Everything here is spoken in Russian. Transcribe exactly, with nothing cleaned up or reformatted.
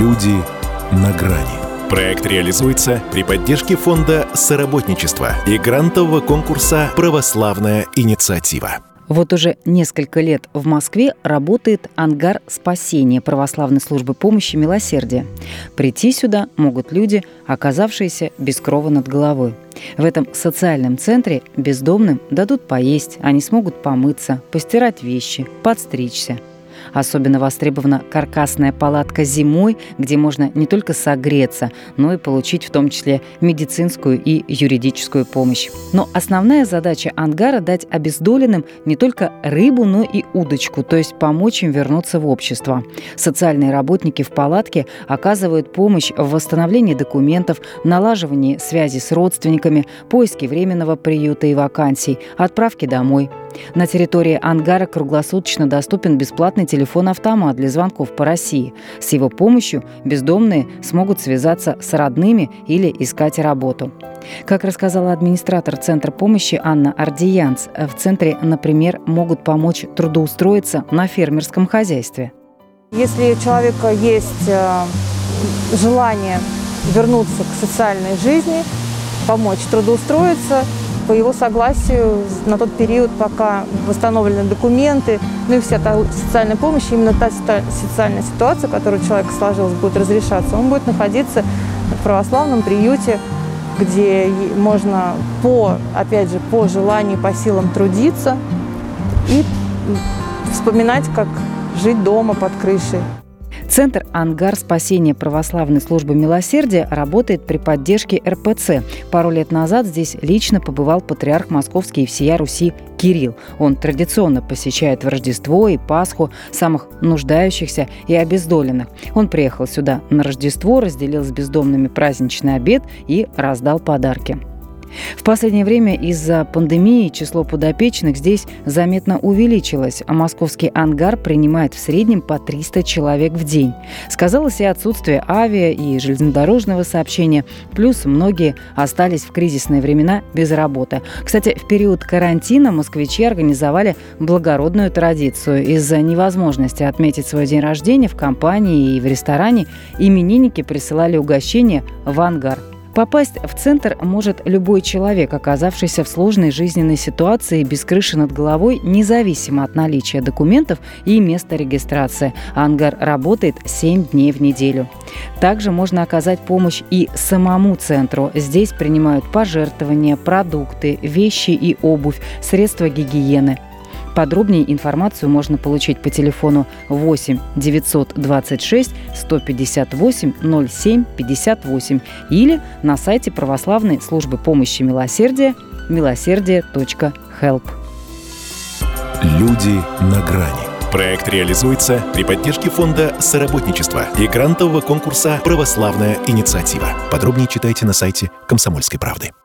Люди на грани. Проект реализуется при поддержке Фонда соработничества и грантового конкурса «Православная инициатива». Вот уже несколько лет в Москве работает ангар спасения православной службы помощи «Милосердие». Прийти сюда могут люди, оказавшиеся без крова над головой. В этом социальном центре бездомным дадут поесть, они смогут помыться, постирать вещи, подстричься. Особенно востребована каркасная палатка зимой, где можно не только согреться, но и получить в том числе медицинскую и юридическую помощь. Но основная задача ангара – дать обездоленным не только рыбу, но и удочку, то есть помочь им вернуться в общество. Социальные работники в палатке оказывают помощь в восстановлении документов, налаживании связи с родственниками, поиске временного приюта и вакансий, отправке домой. На территории ангара круглосуточно доступен бесплатный телефон-автомат для звонков по России. С его помощью бездомные смогут связаться с родными или искать работу. Как рассказала администратор Центра помощи Анна Ардиянц, в центре, например, могут помочь трудоустроиться на фермерском хозяйстве. Если у человека есть желание вернуться к социальной жизни, помочь трудоустроиться, по его согласию на тот период, пока восстановлены документы, ну и вся та социальная помощь, именно та социальная ситуация, которая у человека сложилась, будет разрешаться, он будет находиться в православном приюте, где можно по, опять же, по желанию, по силам трудиться и вспоминать, как жить дома под крышей. Центр «Ангар спасения православной службы милосердия» работает при поддержке эр пэ цэ. Пару лет назад здесь лично побывал патриарх Московский и всея Руси Кирилл. Он традиционно посещает в Рождество и Пасху самых нуждающихся и обездоленных. Он приехал сюда на Рождество, разделил с бездомными праздничный обед и раздал подарки. В последнее время из-за пандемии число подопечных здесь заметно увеличилось, а московский ангар принимает в среднем по триста человек в день. Сказалось и отсутствие авиа и железнодорожного сообщения, плюс многие остались в кризисные времена без работы. Кстати, в период карантина москвичи организовали благородную традицию. Из-за невозможности отметить свой день рождения в компании и в ресторане именинники присылали угощения в ангар. Попасть в центр может любой человек, оказавшийся в сложной жизненной ситуации без крыши над головой, независимо от наличия документов и места регистрации. Ангар работает семь дней в неделю. Также можно оказать помощь и самому центру. Здесь принимают пожертвования, продукты, вещи и обувь, средства гигиены. Подробнее информацию можно получить по телефону восемь девятьсот двадцать шесть сто пятьдесят восемь ноль семь пятьдесят восемь или на сайте православной службы помощи «Милосердие» милосердие точка хэлп. Люди на грани. Проект реализуется при поддержке Фонда соработничества и грантового конкурса «Православная инициатива». Подробнее читайте на сайте «Комсомольской правды».